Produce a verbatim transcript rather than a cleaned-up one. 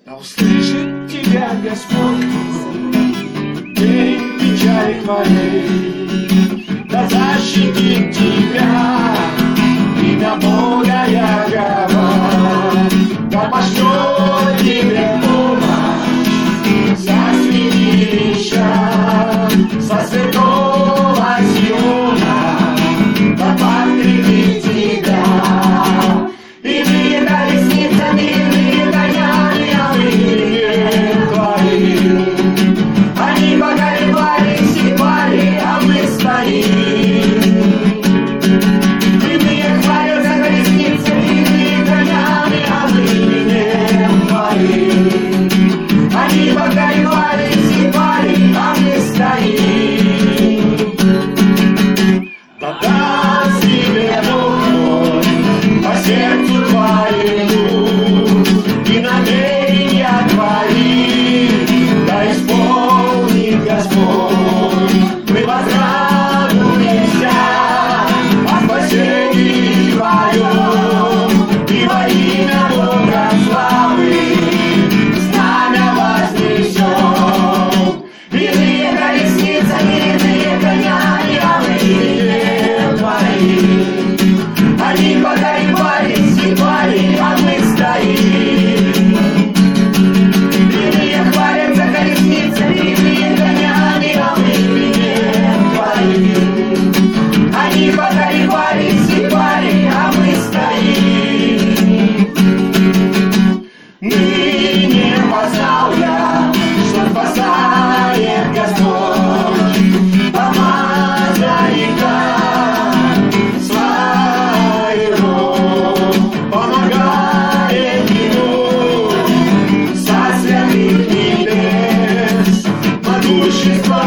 Да услышит тебя Господь, день печали твоей, да защитит тебя имя Бога Ягова, да пошлет тебе помощь со святилища, со святого Сиона, да подкрепит тебя. И ты да ресницами, и гоняли овцы твои. Они поколебались и пали, а мы стоим. Иные хвалятся колесницами, и гоняли овцы твои. Они поколебались и пали, а мы стоим. Да даст тебе Бог мой по сердцу твоему и намерения твои, да исполнит Господь. Мы возрадуемся о спасении твоем, и во имя Бога славы знамя вознесем. Иные колесницами, иные конями, а мы твои. Они поколебались и пали, а мы стоим. Иные хвалятся колесницами, иные конями, а мы твои. Они поколебались и пали, а мы стоим. Ныне познал я, что спасает Господь помазанника своего, помогает ему со святых небес могущество